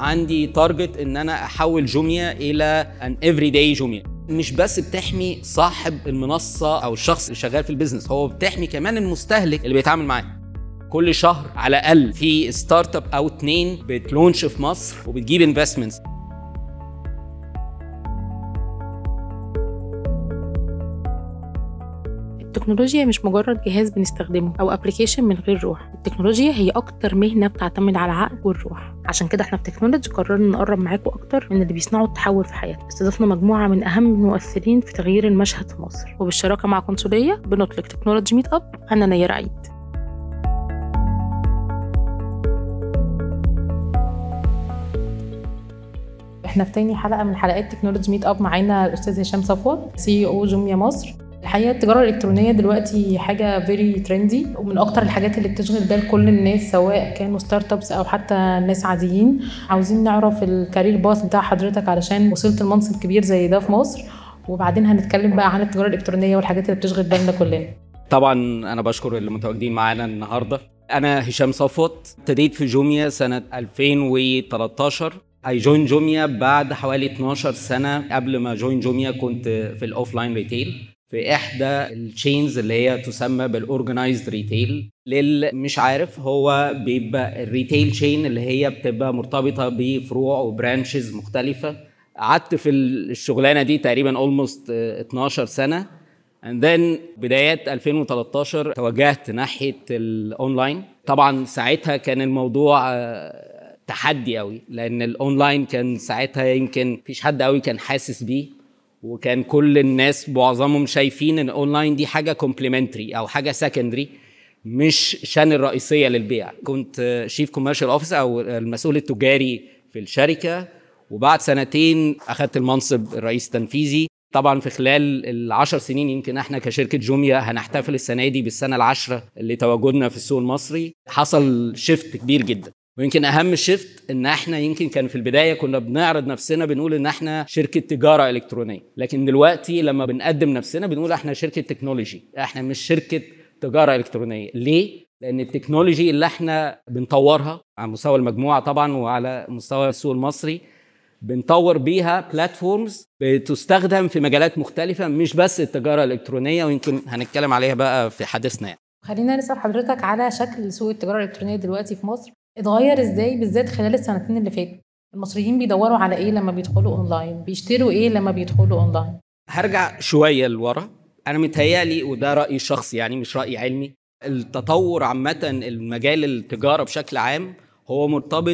عندي تارجت ان انا احول جوميا الى ان everyday جوميا. مش بس بتحمي صاحب المنصة او الشخص اللي شغال في البيزنس، هو بتحمي كمان المستهلك اللي بيتعامل معاه. كل شهر على الاقل في ستارت اب او 2 بتلونش في مصر وبتجيب انفستمنتس. التكنولوجيا مش مجرد جهاز بنستخدمه أو ابلكيشن من غير روح. التكنولوجيا هي أكتر مهنة بتعتمد على العقل والروح. عشان كده احنا في تكنولوجي قررنا نقرب معاكم أكتر من اللي بيصنعوا التحول في حياتنا. استضفنا مجموعة من أهم المؤثرين في تغيير المشهد في مصر، وبالشراكة مع قنصلية بنطلق تكنولوجي ميت أب. أنا نيرة عيد. احنا في تاني حلقة من حلقات تكنولوجي ميت أب. معانا الأستاذ هشام صفوت CEO جوميا مصر. الحقيقة التجارة الإلكترونية دلوقتي حاجة very trendy، ومن أكتر الحاجات اللي بتشغل بال كل الناس، سواء كانوا ستارت ابس أو حتى ناس عاديين. عاوزين نعرف الكارير باث بتاع حضرتك علشان وصلت لمنصب كبير زي ده في مصر، وبعدين هنتكلم بقى عن التجارة الإلكترونية والحاجات اللي بتشغل بالنا كلنا. طبعا أنا بشكر اللي متواجدين معانا النهاردة. أنا هشام صفوت، ابتديت في جوميا سنة 2013. I joined جوميا بعد حوالي 12 سنة. قبل ما جوين جوميا كنت في الأوفلاين ريتيل في إحدى التشينز اللي هي تسمى بالأورجنايزد ريتيل. مش عارف، هو بيبقى الريتيل تشين اللي هي بتبقى مرتبطة بفروع وبرانشز مختلفة. قعدت في الشغلانة دي تقريبا almost 12 سنة. and then بدايات 2013 توجهت ناحية الأونلاين. طبعا ساعتها كان الموضوع تحدي قوي، لأن الأونلاين كان ساعتها يمكن مفيش حد قوي كان حاسس بيه، وكان كل الناس معظمهم شايفين ان الاونلاين دي حاجه كومبليمنتري او حاجه سكندري، مش شان الرئيسيه للبيع. كنت شيف كوميرشال اوفيسر او المسؤول التجاري في الشركه، وبعد سنتين اخذت المنصب الرئيس التنفيذي. طبعا في خلال ال10 سنين يمكن احنا كشركه جوميا هنحتفل السنه دي بالسنه ال10 اللي تواجدنا في السوق المصري. حصل شيفت كبير جدا، ويمكن اهم شيفت ان احنا يمكن كان في البدايه كنا بنعرض نفسنا بنقول ان احنا شركه تجاره الكترونيه، لكن دلوقتي لما بنقدم نفسنا بنقول احنا شركه تكنولوجي، احنا مش شركه تجاره الكترونيه. ليه؟ لان التكنولوجي اللي احنا بنطورها على مستوى المجموعه طبعا وعلى مستوى السوق المصري بنطور بيها بلاتفورمز بتستخدم في مجالات مختلفه، مش بس التجاره الالكترونيه، ويمكن هنتكلم عليها بقى في حديثنا. خلينا نسأل حضرتك على شكل سوق التجاره الالكترونيه دلوقتي في مصر. اتغير ازاي بالذات خلال السنتين اللي فاتوا؟ المصريين بيدوروا على ايه لما بيدخلوا اونلاين؟ بيشتروا ايه لما بيدخلوا اونلاين؟ هرجع شويه لورا. انا متهيألي وده رأيي الشخصي يعني مش رأي علمي، التطور عامه المجال التجاره بشكل عام هو مرتبط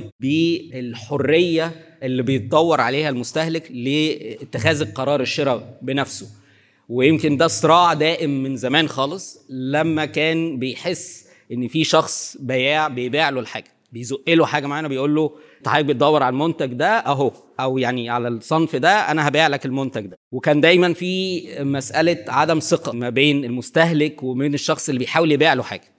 بالحريه اللي بيتدور عليها المستهلك لاتخاذ القرار الشراء بنفسه. ويمكن ده صراع دائم من زمان خالص، لما كان بيحس ان في شخص بياع بيبيع له الحاجه، بيزق له حاجه معينه، بيقول له انت حضرتك بتدور على المنتج ده اهو، او يعني على الصنف ده انا هبيع لك المنتج ده. وكان دايما في مساله عدم ثقه ما بين المستهلك وبين الشخص اللي بيحاول يبيع له حاجه.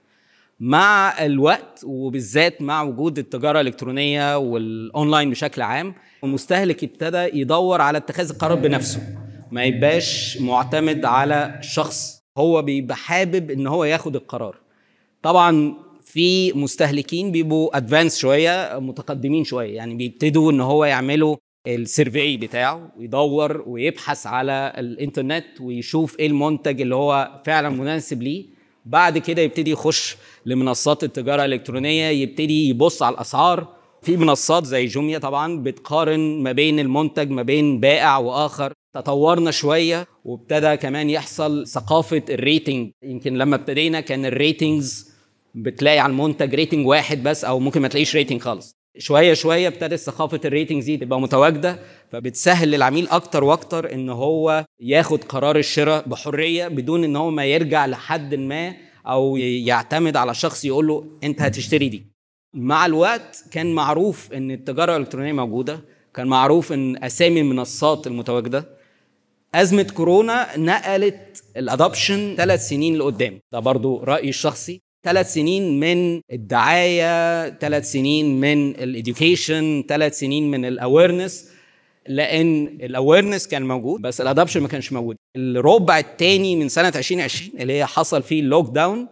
مع الوقت وبالذات مع وجود التجاره الالكترونيه والاونلاين بشكل عام، المستهلك ابتدى يدور على اتخاذ القرار بنفسه، ما يبقاش معتمد على شخص، هو بيبقى حابب ان هو ياخد القرار. طبعا في مستهلكين بيبقوا ادفانس شويه، متقدمين شويه، يعني بيبتدوا ان هو يعملوا السيرفي بتاعه ويدور ويبحث على الانترنت ويشوف ايه المنتج اللي هو فعلا مناسب ليه. بعد كده يبتدي يخش لمنصات التجاره الالكترونيه، يبتدي يبص على الاسعار. في منصات زي جوميا طبعا بتقارن ما بين المنتج ما بين بائع واخر. تطورنا شويه وابتدى كمان يحصل ثقافه الريتنج. يمكن لما ابتدينا كان الريتنجز بتلاقي على المنتج ريتنج واحد بس، او ممكن ما تلاقيش ريتنج خالص. شويه شويه ابتدت ثقافه الريتنجز دي تبقى متواجده، فبتسهل للعميل اكتر واكتر ان هو ياخد قرار الشراء بحريه بدون ان هو ما يرجع لحد ما او يعتمد على شخص يقول له انت هتشتري دي. مع الوقت كان معروف ان التجاره الالكترونيه موجوده، كان معروف ان اسامي المنصات المتواجده. ازمه كورونا نقلت الادوبشن 3 سنين لقدام، ده برضو رايي الشخصي. 3 سنين من الدعايه، 3 سنين من الاديوكيشن، 3 سنين من الاويرنس، لان الاويرنس كان موجود بس الادوبشن ما كانش موجود. الربع الثاني من سنه 2020 اللي هي حصل فيه اللوك داون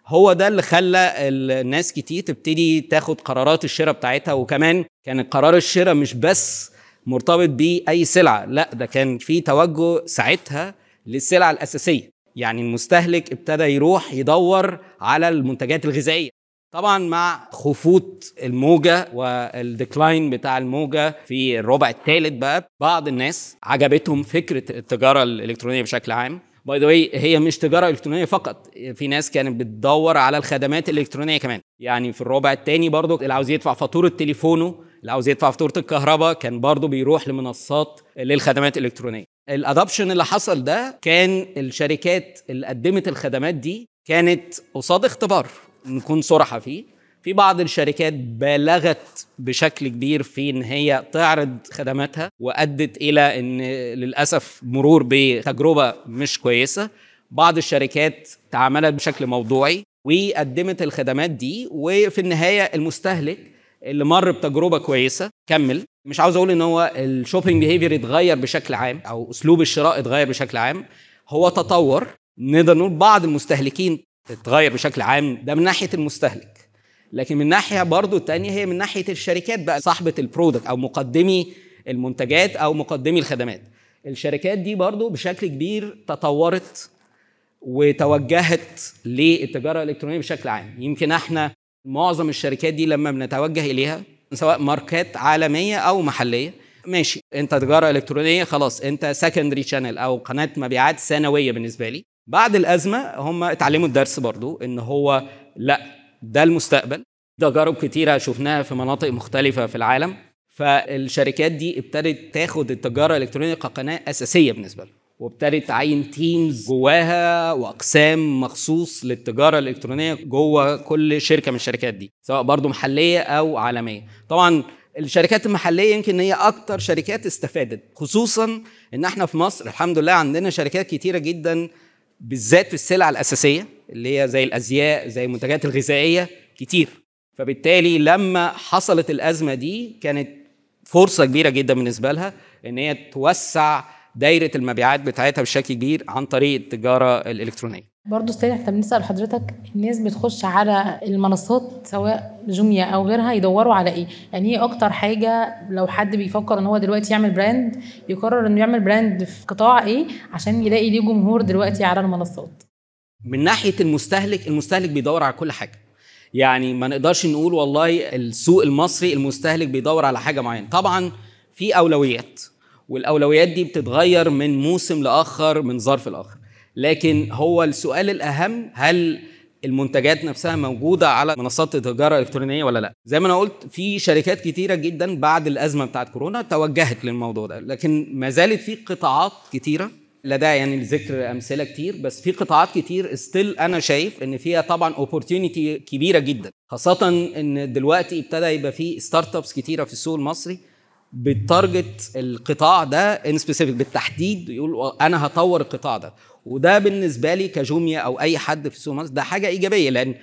هو ده اللي خلى الناس كتير تبتدي تاخد قرارات الشراء بتاعتها. وكمان كان قرار الشراء مش بس مرتبط بأي سلعة، لا ده كان في توجه ساعتها للسلع الأساسية. يعني المستهلك ابتدى يروح يدور على المنتجات الغذائية. طبعا مع خفوت الموجة والديكلاين بتاع الموجة في الربع الثالث بقى، بعض الناس عجبتهم فكرة التجارة الإلكترونية بشكل عام. باي ذا واي هي مش تجارة إلكترونية فقط، في ناس كانت بتدور على الخدمات الإلكترونية كمان. يعني في الربع الثاني برضو اللي عاوز يدفع فاتورة تليفونه، اللي عاوز يدفع فاتورة الكهرباء، كان برضو بيروح لمنصات للخدمات الإلكترونية. الادابشن اللي حصل ده كان الشركات اللي قدمت الخدمات دي كانت قصاد اختبار، نكون صراحة فيه. في بعض الشركات بالغت بشكل كبير في ان هي تعرض خدماتها، وادت الى ان للاسف مرور بتجربة مش كويسة. بعض الشركات تعاملت بشكل موضوعي وقدمت الخدمات دي، وفي النهاية المستهلك اللي مر بتجربة كويسة كمل. مش عاوز اقول ان هو الشوبينج بيهيفير اتغير بشكل عام او اسلوب الشراء اتغير بشكل عام، هو تطور. نقدر نقول بعض المستهلكين اتغير بشكل عام، ده من ناحية المستهلك. لكن من ناحية برضو التانية هي من ناحية الشركات بقى، صاحبة البرودكت او مقدمي المنتجات او مقدمي الخدمات. الشركات دي برضو بشكل كبير تطورت وتوجهت للتجارة الإلكترونية بشكل عام. يمكن احنا معظم الشركات دي لما بنتوجه إليها سواء ماركات عالمية أو محلية، ماشي انت تجارة إلكترونية خلاص انت سكندري شانل أو قناة مبيعات ثانوية بالنسبة لي. بعد الأزمة هم اتعلموا الدرس برضو ان هو لا، ده المستقبل. تجارب كتيرة شفناها في مناطق مختلفة في العالم، فالشركات دي ابتدت تاخد التجارة الإلكترونية كقناة أساسية بالنسبة لهم، وابتدت تعين تيمز جواها واقسام مخصوص للتجاره الالكترونيه جوه كل شركه من الشركات دي، سواء برضو محليه او عالميه. طبعا الشركات المحليه يمكن هي اكتر شركات استفادت، خصوصا ان احنا في مصر الحمد لله عندنا شركات كتيره جدا بالذات في السلع الاساسيه اللي هي زي الازياء زي المنتجات الغذائيه كتير. فبالتالي لما حصلت الازمه دي كانت فرصه كبيره جدا بالنسبه لها ان هي توسع دايرة المبيعات بتاعتها بشكل كبير عن طريق التجارة الإلكترونية. برضو ستيل احنا بنسأل حضرتك، الناس بتخش على المنصات سواء جوميا أو غيرها يدوروا على إيه؟ يعني إيه أكتر حاجة لو حد بيفكر إن هو دلوقتي يعمل براند، يقرر إنه يعمل براند في قطاع إيه عشان يلاقي ليه جمهور دلوقتي على المنصات؟ من ناحية المستهلك بيدور على كل حاجة. يعني ما نقدرش نقول والله السوق المصري المستهلك بيدور على حاجة معينة. طبعا في أولويات، والأولويات دي بتتغير من موسم لآخر من ظرف لآخر، لكن هو السؤال الأهم هل المنتجات نفسها موجودة على منصات التجارة الإلكترونية ولا لا؟ زي ما أنا قلت في شركات كتيرة جدا بعد الأزمة بتاعت كورونا توجهت للموضوع ده، لكن ما زالت في قطاعات كتيرة، لا ده يعني لذكر أمثلة كتير، بس في قطاعات كتير ستيل أنا شايف إن فيها طبعا opportunity كبيرة جدا، خاصة إن دلوقتي ابتدى يبقى في ستارت ابس كتيرة في السوق المصري بالتارجت القطاع ده ان سبيسيفيك بالتحديد، يقول انا هطور القطاع ده. وده بالنسبه لي كجوميا او اي حد في السوق مصر ده حاجه ايجابيه، لان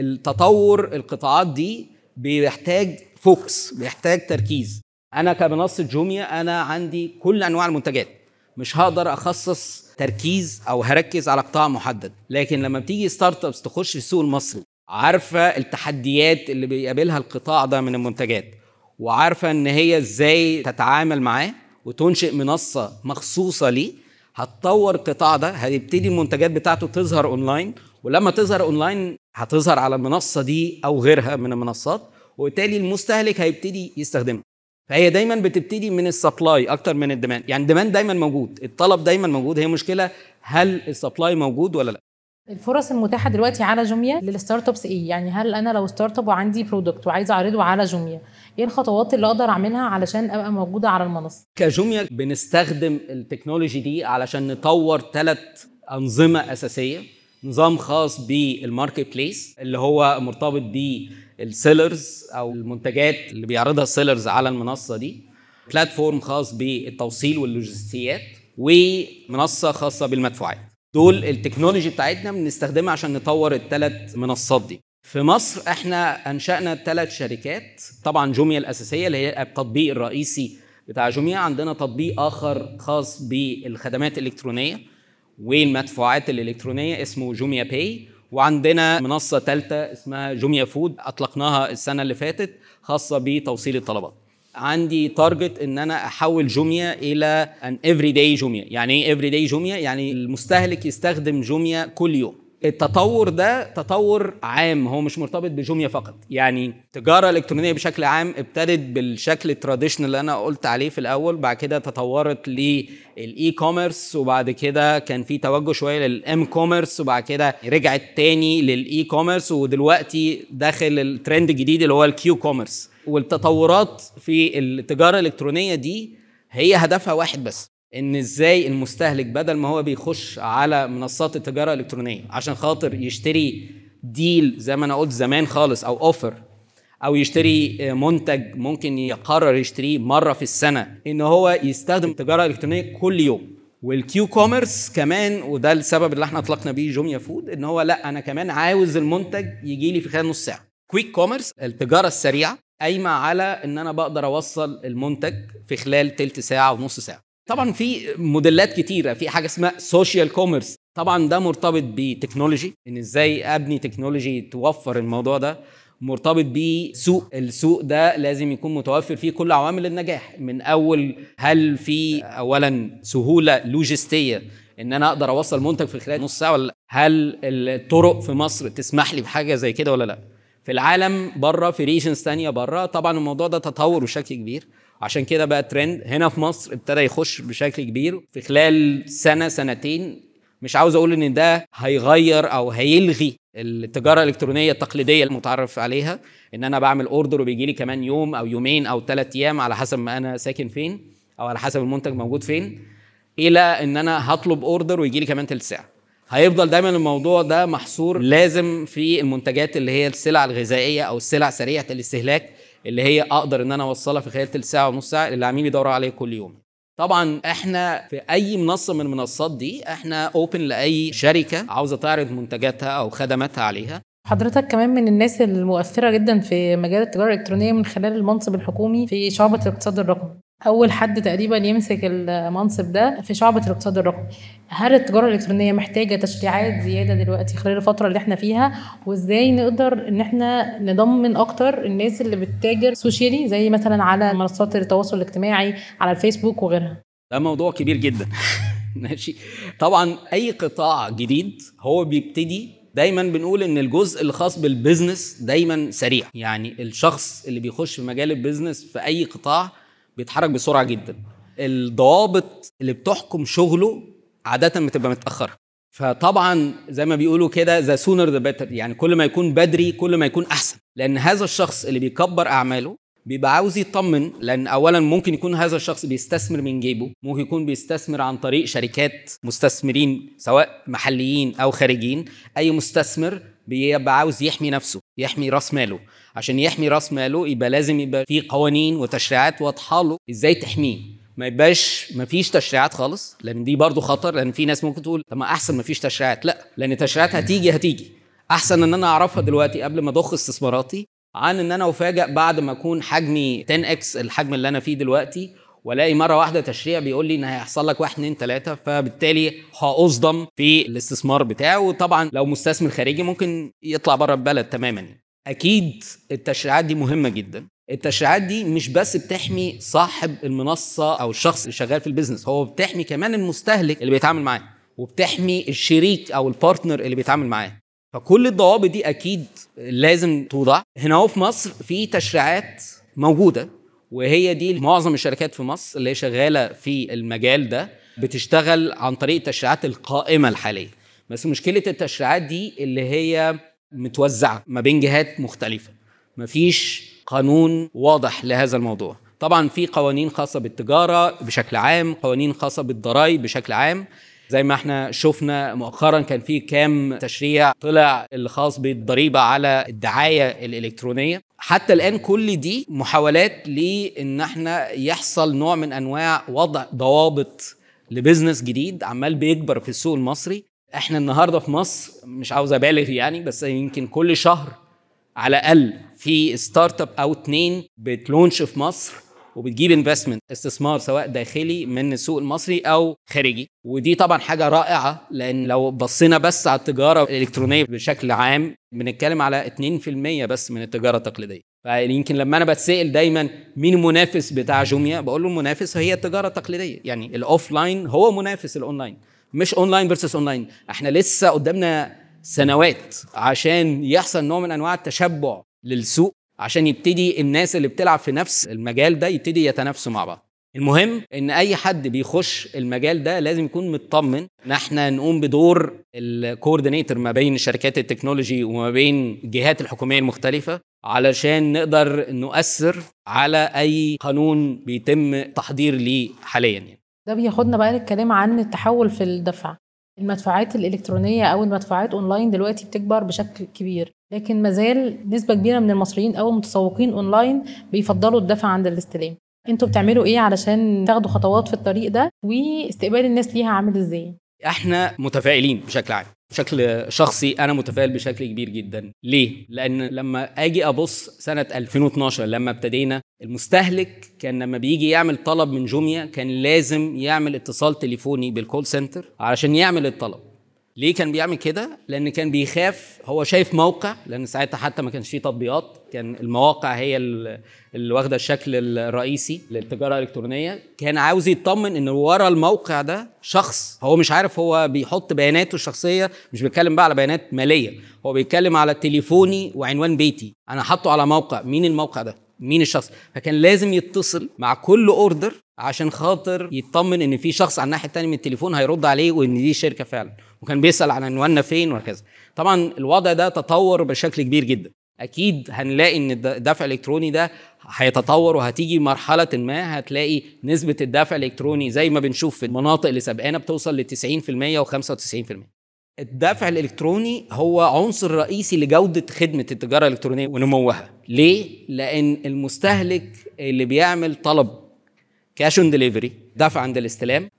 التطور القطاعات دي بيحتاج فوكس، بيحتاج تركيز. انا كمنصه جوميا انا عندي كل انواع المنتجات، مش هقدر اخصص تركيز او هركز على قطاع محدد. لكن لما بتيجي ستارت ابس تخش في السوق المصري عارفه التحديات اللي بيقابلها القطاع ده من المنتجات، وعارفة ان هي ازاي تتعامل معاه وتنشئ منصة مخصوصة ليه، هتطور القطاع ده، هتبتدي المنتجات بتاعته تظهر اونلاين، ولما تظهر اونلاين هتظهر على المنصة دي او غيرها من المنصات، وبالتالي المستهلك هيبتدي يستخدمها. فهي دايما بتبتدي من السبلاي اكتر من الديماند. يعني الديماند دايما موجود، الطلب دايما موجود، هي مشكلة هل السبلاي موجود ولا لا. الفرص المتاحه دلوقتي على جوميا للستارت ابس ايه؟ يعني هل انا لو ستارت اب وعندي برودكت وعايزه اعرضه على جوميا، ايه الخطوات اللي اقدر اعملها علشان ابقى موجوده على المنصه؟ كجوميا بنستخدم التكنولوجي دي علشان نطور 3 انظمه اساسيه. نظام خاص بالماركت بليس اللي هو مرتبط بالسيلرز او المنتجات اللي بيعرضها السيلرز على المنصه دي، بلاتفورم خاص بالتوصيل واللوجستيات، ومنصه خاصه بالمدفوعات. دول التكنولوجي بتاعتنا بنستخدمها عشان نطور ال3 منصات دي. في مصر احنا انشأنا 3 شركات. طبعا جوميا الاساسيه اللي هي التطبيق الرئيسي بتاع جوميا، عندنا تطبيق اخر خاص بالخدمات الالكترونيه والمدفوعات الالكترونيه اسمه جوميا باي، وعندنا منصة ثالثة اسمها جوميا فود أطلقناها السنة اللي فاتت خاصة بتوصيل الطلبات. عندي تارجت ان انا احول جوميا الى ان افري داي جوميا. يعني ايه افري داي جوميا؟ يعني المستهلك يستخدم جوميا كل يوم. التطور ده تطور عام، هو مش مرتبط بجوميا فقط. يعني التجاره الالكترونيه بشكل عام ابتدت بالشكل التراديشنال اللي انا قلت عليه في الاول، بعد كده تطورت للاي كوميرس، وبعد كده كان في توجه شويه للام كوميرس، وبعد كده رجعت تاني للاي كوميرس، ودلوقتي داخل الترند الجديد اللي هو الكيو كوميرس. والتطورات في التجاره الالكترونيه دي هي هدفها واحد بس، ان ازاي المستهلك بدل ما هو بيخش على منصات التجاره الالكترونيه عشان خاطر يشتري ديل زي ما انا قلت زمان خالص او اوفر، او يشتري منتج ممكن يقرر يشتريه مره في السنه، ان هو يستخدم التجاره الالكترونيه كل يوم. والكيو كوميرس كمان، وده السبب اللي احنا اطلقنا بيه جوميا فود، ان هو لا انا كمان عاوز المنتج يجي لي في خلال نص ساعه. كويك كوميرس التجاره السريعه قايمه على ان انا بقدر اوصل المنتج في خلال تلت ساعه ونص ساعه. طبعا في موديلات كتيره، في حاجه اسمها سوشيال كوميرس، طبعا ده مرتبط بتكنولوجي، ان ازاي ابني تكنولوجي توفر الموضوع ده، مرتبط بسوق. السوق ده لازم يكون متوفر فيه كل عوامل النجاح، من اول هل في اولا سهوله لوجستيه ان انا اقدر اوصل منتج في خلال نص ساعه ولا لا، هل الطرق في مصر تسمح لي بحاجه زي كده ولا لا. في العالم بره، في ريجنز تانية بره، طبعا الموضوع ده تطور بشكل كبير، عشان كده بقى ترند. هنا في مصر ابتدى يخش بشكل كبير في خلال سنة سنتين. مش عاوز اقول ان ده هيغير او هيلغي التجارة الالكترونية التقليدية المتعرف عليها، ان انا بعمل اوردر وبيجي لي كمان يوم او يومين او 3 ايام على حسب ما انا ساكن فين او على حسب المنتج موجود فين، الى ان انا هطلب اوردر ويجي لي كمان تلت ساعة. هيفضل دايما الموضوع ده محصور لازم في المنتجات اللي هي السلع الغذائية او السلع سريعة الاستهلاك، اللي هي اقدر ان انا اوصلها في خلال تلت ساعه ونص ساعه اللي العميل يدور عليه كل يوم. طبعا احنا في اي منصه من المنصات دي احنا اوبن لاي شركه عاوزه تعرض منتجاتها او خدماتها عليها. حضرتك كمان من الناس المؤثرة جدا في مجال التجارة الإلكترونية من خلال المنصب الحكومي في شعبة الاقتصاد الرقمي، أول حد تقريبا يمسك المنصب ده في شعبة الاقتصاد الرقمي. هل التجارة الإلكترونية محتاجة تشريعات زيادة دلوقتي خلال الفترة اللي احنا فيها؟ وإزاي نقدر إن احنا نضمن أكتر الناس اللي بتتاجر سوشيالي زي مثلا على منصات التواصل الاجتماعي على الفيسبوك وغيرها؟ ده موضوع كبير جدا. ماشي. طبعا أي قطاع جديد هو بيبتدي دايما بنقول ان الجزء الخاص بالبيزنس دايما سريع. يعني الشخص اللي بيخش في مجال البيزنس في اي قطاع بيتحرك بسرعه جدا. الضوابط اللي بتحكم شغله عاده بتبقى متاخره. فطبعا زي ما بيقولوا كده the sooner the better، يعني كل ما يكون بدري كل ما يكون احسن، لان هذا الشخص اللي بيكبر اعماله بيبقى عاوز يطمن، لان اولا ممكن يكون هذا الشخص بيستثمر من جيبه، ممكن يكون بيستثمر عن طريق شركات مستثمرين سواء محليين او خارجين. اي مستثمر بيبقى عاوز يحمي نفسه، يحمي راس ماله. عشان يحمي راس ماله يبقى لازم يبقى في قوانين وتشريعات واضحه له ازاي تحميه. ما فيش تشريعات خالص، لان دي برضو خطر. لان في ناس ممكن تقول طب ما احسن ما فيش تشريعات. لا، لان التشريعات هتيجي احسن ان انا اعرفها دلوقتي قبل ما اضخ استثماراتي، عن ان انا افاجئ بعد ما اكون حجمي 10x الحجم اللي انا فيه دلوقتي، والاقي مره واحده تشريع بيقول لي ان هيحصل لك 1 2 3، فبالتالي هاصدم في الاستثمار بتاعه. وطبعا لو مستثمر خارجي ممكن يطلع بره البلد تماما. اكيد التشريعات دي مهمه جدا. التشريعات دي مش بس بتحمي صاحب المنصه او الشخص اللي شغال في البيزنس، هو بتحمي كمان المستهلك اللي بيتعامل معاه، وبتحمي الشريك او البارتنر اللي بيتعامل معاه. فكل الضوابط دي اكيد لازم توضع. هنا هو في مصر في تشريعات موجوده، وهي دي معظم الشركات في مصر اللي شغاله في المجال ده بتشتغل عن طريق التشريعات القائمه الحاليه. بس مشكله التشريعات دي اللي هي متوزعه ما بين جهات مختلفه، مفيش قانون واضح لهذا الموضوع. طبعا في قوانين خاصه بالتجاره بشكل عام، قوانين خاصه بالضرائب بشكل عام. زي ما احنا شفنا مؤخرا كان في كام تشريع طلع الخاص بالضريبه على الدعايه الالكترونيه. حتى الان كل دي محاولات لان احنا يحصل نوع من انواع وضع ضوابط لبزنس جديد عمال بيكبر في السوق المصري. احنا النهارده في مصر مش عاوز ابالغ يعني، بس يمكن كل شهر على الاقل في ستارت اب او 2 بتلونش في مصر، وبتجيب انفستمنت استثمار سواء داخلي من السوق المصري او خارجي. ودي طبعا حاجه رائعه، لان لو بصينا بس على التجاره الالكترونيه بشكل عام بنتكلم على 2% بس من التجاره التقليديه. فيمكن لما انا بتسأل دايما مين المنافس بتاع جوميا، بقول له المنافس هي التجاره التقليديه، يعني الاوفلاين هو منافس الاونلاين، مش اونلاين فيرسس اونلاين. احنا لسه قدامنا سنوات عشان يحصل نوع من انواع التشبع للسوق، عشان يبتدي الناس اللي بتلعب في نفس المجال ده يبتدي يتنافسوا مع بعض. المهم ان اي حد بيخش المجال ده لازم يكون مطمن ان احنا نقوم بدور الكوردينيتور ما بين شركات التكنولوجي وما بين الجهات الحكوميه المختلفه، علشان نقدر نؤثر على اي قانون بيتم تحضير ليه حاليا. يعني ده بياخدنا بقى للكلام عن التحول في الدفع. المدفوعات الإلكترونية أو المدفوعات أونلاين دلوقتي بتكبر بشكل كبير، لكن مازال نسبة كبيرة من المصريين أو المتسوقين أونلاين بيفضلوا الدفع عند الاستلام. انتوا بتعملوا ايه علشان تاخدوا خطوات في الطريق ده، واستقبال الناس ليها عامل ازاي؟ احنا متفائلين بشكل عام، بشكل شخصي انا متفائل بشكل كبير جدا. ليه؟ لان لما اجي ابص سنة 2012 لما ابتدينا، المستهلك كان لما بيجي يعمل طلب من جوميا كان لازم يعمل اتصال تليفوني بالكول سنتر علشان يعمل الطلب. ليه كان بيعمل كده؟ لان كان بيخاف، هو شايف موقع، لان ساعتها حتى ما كانش فيه تطبيقات، كان المواقع هي اللي واخده الشكل الرئيسي للتجاره الالكترونيه. كان عاوز يطمن ان ورا الموقع ده شخص، هو مش عارف، هو بيحط بياناته الشخصيه، مش بيتكلم بقى على بيانات ماليه، هو بيتكلم على تليفوني وعنوان بيتي، انا حاطه على موقع، مين الموقع ده، مين الشخص. فكان لازم يتصل مع كل اوردر عشان خاطر يطمن ان في شخص على الناحيه الثانيه من التليفون هيرد عليه وان دي شركه فعلا، وكان بيسال عن عنواننا فين وهكذا. طبعا الوضع ده تطور بشكل كبير جدا، اكيد هنلاقي ان الدفع الالكتروني ده هيتطور، وهتيجي مرحله ما هتلاقي نسبه الدفع الالكتروني زي ما بنشوف في المناطق اللي سابقانا بتوصل ل 90% و95%. الدفع الالكتروني هو عنصر رئيسي لجوده خدمه التجاره الالكترونيه ونموها. ليه؟ لان المستهلك اللي بيعمل طلب كاش اون ديليفري، دفع عند الاستلام،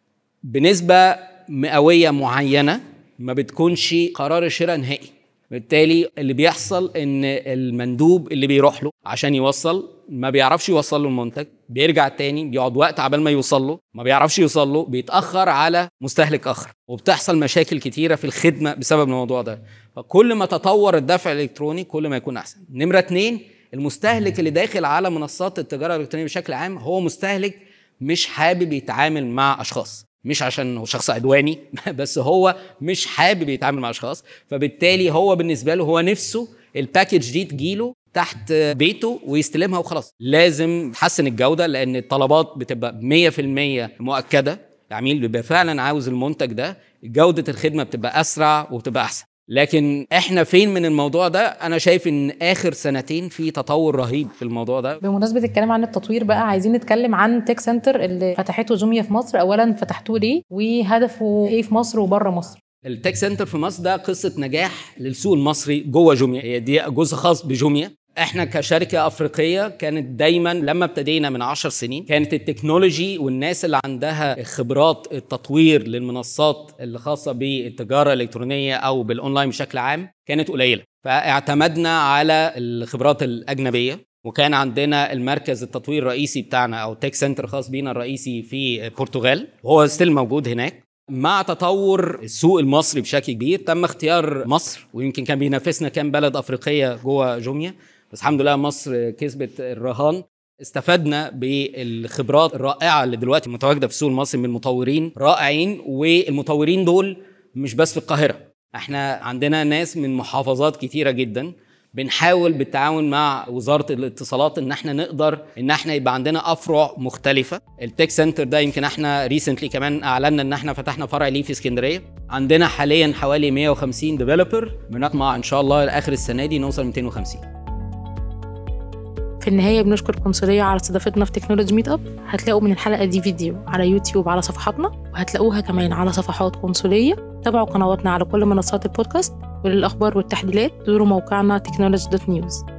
بنسبه مئويه معينه ما بتكونش قرار الشراء نهائي. بالتالي اللي بيحصل ان المندوب اللي بيروح له عشان يوصل ما بيعرفش يوصل له المنتج، بيرجع تاني بيقعد وقت عبال ما يوصل له، ما بيعرفش يوصل له، بيتأخر على مستهلك آخر، وبتحصل مشاكل كتيرة في الخدمة بسبب الموضوع ده. فكل ما تطور الدفع الإلكتروني كل ما يكون أحسن. نمرة 2، المستهلك اللي داخل على منصات التجارة الإلكترونية بشكل عام هو مستهلك مش حابب يتعامل مع أشخاص، مش عشان هو شخص عدواني بس هو مش حابب يتعامل مع أشخاص. فبالتالي هو بالنسبة له هو نفسه الباكيج دي تجيله تحت بيته ويستلمها وخلاص. لازم تحسن الجودة، لأن الطلبات بتبقى 100% مؤكدة، العميل بيبقى فعلا عاوز المنتج ده، جودة الخدمة بتبقى أسرع وبتبقى أحسن. لكن احنا فين من الموضوع ده؟ انا شايف ان اخر سنتين في تطور رهيب في الموضوع ده. بمناسبه الكلام عن التطوير بقى، عايزين نتكلم عن تيك سنتر اللي فتحته جوميا في مصر. اولا فتحتوه ليه، وهدفه ايه في مصر وبره مصر؟ التيك سنتر في مصر ده قصه نجاح للسوق المصري جوه جوميا، هي دي جزء خاص بجوميا. احنا كشركه افريقيه كانت دايما لما ابتدينا من 10 سنين كانت التكنولوجي والناس اللي عندها خبرات التطوير للمنصات اللي خاصه بالتجاره الالكترونيه او بالاونلاين بشكل عام كانت قليله، فاعتمدنا على الخبرات الاجنبيه. وكان عندنا المركز التطوير الرئيسي بتاعنا او تيك سنتر خاص بينا الرئيسي في البرتغال، وهو ستيل موجود هناك. مع تطور السوق المصري بشكل كبير تم اختيار مصر، ويمكن كان بينافسنا كام بلد افريقيه جوه جوميا، بس الحمد لله مصر كسبت الرهان. استفدنا بالخبرات الرائعه اللي دلوقتي متواجده في السوق المصري من مطورين رائعين، والمطورين دول مش بس في القاهره، احنا عندنا ناس من محافظات كتيره جدا. بنحاول بالتعاون مع وزاره الاتصالات ان احنا نقدر ان احنا يبقى عندنا افرع مختلفه. التيك سنتر ده يمكن احنا ريسنتلي كمان اعلنا ان احنا فتحنا فرع ليه في اسكندريه. عندنا حاليا حوالي 150 ديفلوبر، بنطمع ان شاء الله لاخر السنه دي نوصل 250. في النهايه بنشكر القنصليه على استضافتنا في تكنولوجي ميت اب. هتلاقوا من الحلقه دي فيديو على يوتيوب على صفحاتنا، وهتلاقوها كمان على صفحات قنصليه. تابعوا قنواتنا على كل منصات البودكاست، وللأخبار والتحليلات زوروا موقعنا technology.news.